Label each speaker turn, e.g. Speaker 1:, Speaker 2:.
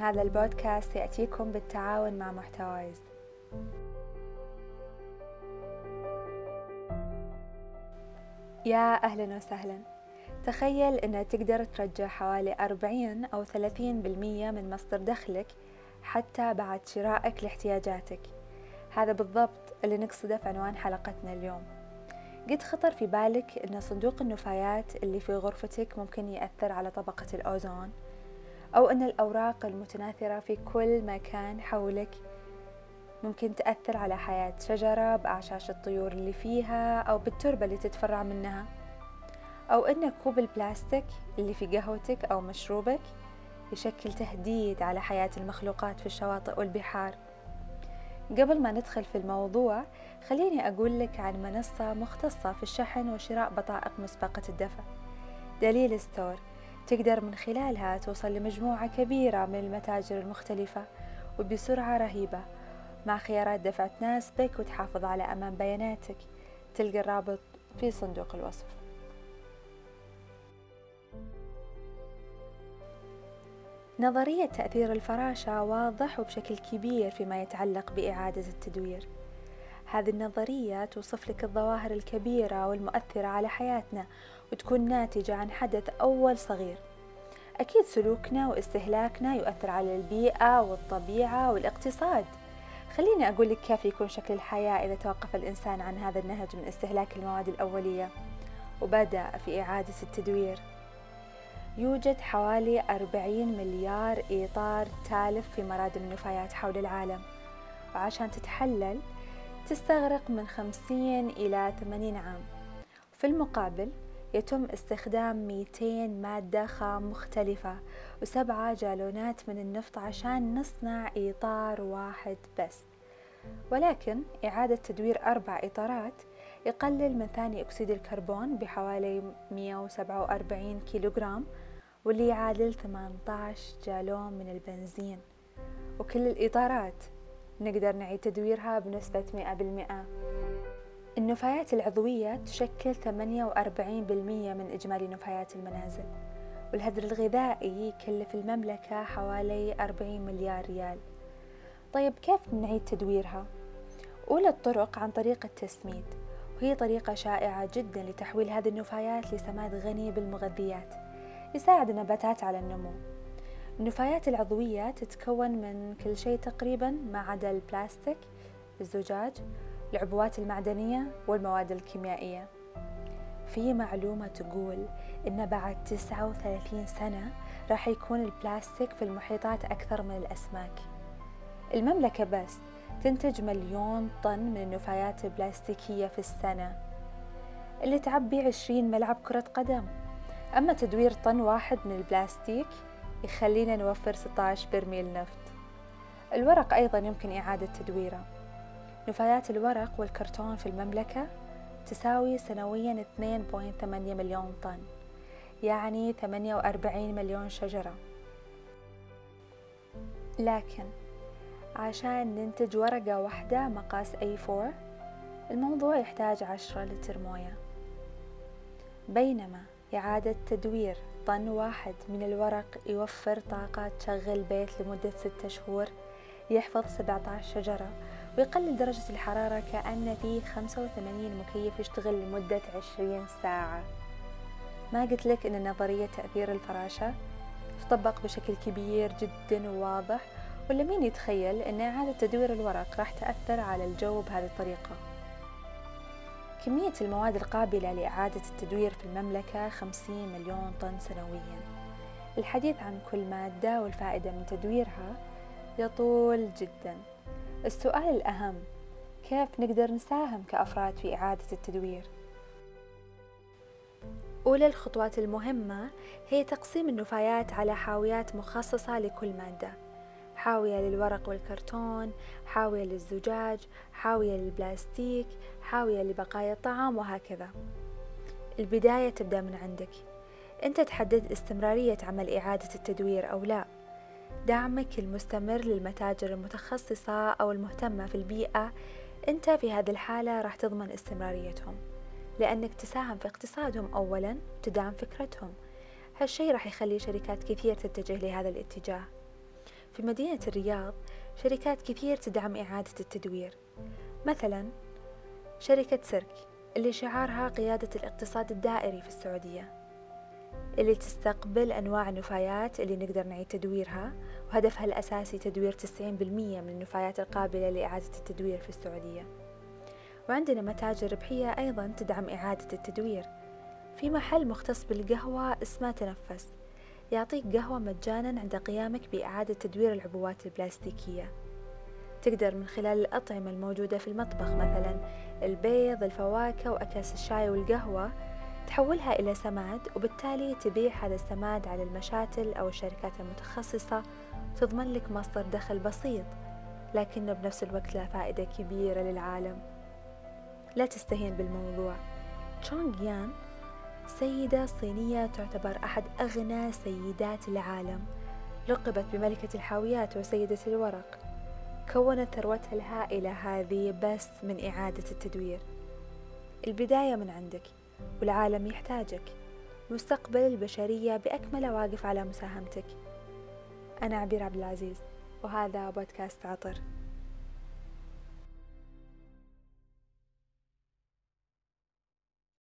Speaker 1: هذا البودكاست يأتيكم بالتعاون مع محتوايز. يا أهلا وسهلا. تخيل أنك تقدر ترجع حوالي 40 أو 30% من مصدر دخلك حتى بعد شرائك لاحتياجاتك. هذا بالضبط اللي نقصده في عنوان حلقتنا اليوم. قد خطر في بالك أن صندوق النفايات اللي في غرفتك ممكن يأثر على طبقة الأوزون؟ أو أن الأوراق المتناثرة في كل مكان حولك ممكن تأثر على حياة شجرة بأعشاش الطيور اللي فيها أو بالتربة اللي تتفرع منها؟ أو أن كوب البلاستيك اللي في قهوتك أو مشروبك يشكل تهديد على حياة المخلوقات في الشواطئ والبحار؟ قبل ما ندخل في الموضوع، خليني أقول لك عن منصة مختصة في الشحن وشراء بطائق مسبقة الدفع، دليل ستور. تقدر من خلالها توصل لمجموعة كبيرة من المتاجر المختلفة وبسرعة رهيبة، مع خيارات دفع تناسبك وتحافظ على أمان بياناتك. تلقى الرابط في صندوق الوصف. نظرية تأثير الفراشة واضح وبشكل كبير فيما يتعلق بإعادة التدوير. هذه النظرية توصف لك الظواهر الكبيرة والمؤثرة على حياتنا وتكون ناتجة عن حدث أول صغير. أكيد سلوكنا واستهلاكنا يؤثر على البيئة والطبيعة والاقتصاد. خليني أقول لك كيف يكون شكل الحياة إذا توقف الإنسان عن هذا النهج من استهلاك المواد الأولية وبدأ في إعادة التدوير. يوجد حوالي 40 مليار إطار تالف في مرادم النفايات حول العالم، وعشان تتحلل تستغرق من 50 إلى 80 عام. في المقابل يتم استخدام 200 مادة خام مختلفة و7 جالونات من النفط عشان نصنع إطار واحد بس. ولكن إعادة تدوير 4 إطارات يقلل من ثاني أكسيد الكربون بحوالي 147 كيلوغرام، واللي يعادل 18 جالون من البنزين. وكل الإطارات نقدر نعيد تدويرها بنسبة 100%. النفايات العضوية تشكل 48% من إجمالي نفايات المنازل، والهدر الغذائي يكلف المملكة حوالي 40 مليار ريال. طيب كيف نعيد تدويرها؟ أولى الطرق عن طريق التسميد، وهي طريقة شائعة جدا لتحويل هذه النفايات لسماد غني بالمغذيات يساعد النباتات على النمو. النفايات العضوية تتكون من كل شيء تقريبا ما عدا البلاستيك، الزجاج، العبوات المعدنية والمواد الكيميائية. في معلومة تقول إن بعد 39 سنة راح يكون البلاستيك في المحيطات أكثر من الأسماك. المملكة بس تنتج 1,000,000 طن من النفايات البلاستيكية في السنة، اللي تعبي 20 ملعب كرة قدم. أما تدوير طن واحد من البلاستيك يخلينا نوفر 16 برميل نفط. الورق أيضا يمكن إعادة تدويره. نفايات الورق والكرتون في المملكة تساوي سنويا 2.8 مليون طن، يعني 48 مليون شجرة. لكن عشان ننتج ورقة واحدة مقاس A4 الموضوع يحتاج 10 لتر موية، بينما إعادة تدوير طن واحد من الورق يوفر طاقة تشغل بيت لمدة 6 شهور، يحفظ 17 شجرة، ويقلل درجة الحرارة كأن فيه 85 مكيف يشتغل لمدة 20 ساعة. ما قلت لك أن نظرية تأثير الفراشة تطبق بشكل كبير جدا وواضح؟ ولا مين يتخيل أن إعادة تدوير الورق راح تأثر على الجو بهذه الطريقة؟ كمية المواد القابلة لإعادة التدوير في المملكة 50 مليون طن سنويا. الحديث عن كل مادة والفائدة من تدويرها يطول جدا. السؤال الأهم، كيف نقدر نساهم كأفراد في إعادة التدوير؟ أولى الخطوات المهمة هي تقسيم النفايات على حاويات مخصصة لكل مادة. حاوية للورق والكرتون، حاوية للزجاج، حاوية للبلاستيك، حاوية لبقايا الطعام، وهكذا. البداية تبدأ من عندك. أنت تحدد استمرارية عمل إعادة التدوير أو لا. دعمك المستمر للمتاجر المتخصصة أو المهتمة في البيئة، أنت في هذه الحالة راح تضمن استمراريتهم، لأنك تساهم في اقتصادهم أولا وتدعم فكرتهم. هالشي راح يخلي شركات كثير تتجه لهذا الاتجاه. في مدينة الرياض شركات كثير تدعم إعادة التدوير، مثلا شركة سيرك اللي شعارها قيادة الاقتصاد الدائري في السعودية، اللي تستقبل أنواع النفايات اللي نقدر نعيد تدويرها، وهدفها الأساسي تدوير 90% من النفايات القابلة لإعادة التدوير في السعودية. وعندنا متاجر ربحية أيضا تدعم إعادة التدوير. في محل مختص بالقهوة اسمه تنفس، يعطيك قهوة مجانا عند قيامك بإعادة تدوير العبوات البلاستيكية. تقدر من خلال الأطعمة الموجودة في المطبخ، مثلا البيض، الفواكه وأكياس الشاي والقهوة، تحولها إلى سماد، وبالتالي تبيع هذا السماد على المشاتل أو الشركات المتخصصة، تضمن لك مصدر دخل بسيط لكنه بنفس الوقت له فائدة كبيرة للعالم. لا تستهين بالموضوع. تشونغ يان سيدة صينية تعتبر أحد أغنى سيدات العالم، لقبت بملكة الحاويات وسيدة الورق. كونت ثروتها الهائلة هذه بس من إعادة التدوير. البداية من عندك، والعالم يحتاجك. مستقبل البشرية بأكمله واقف على مساهمتك. أنا عبير عبد العزيز، وهذا بودكاست عطر.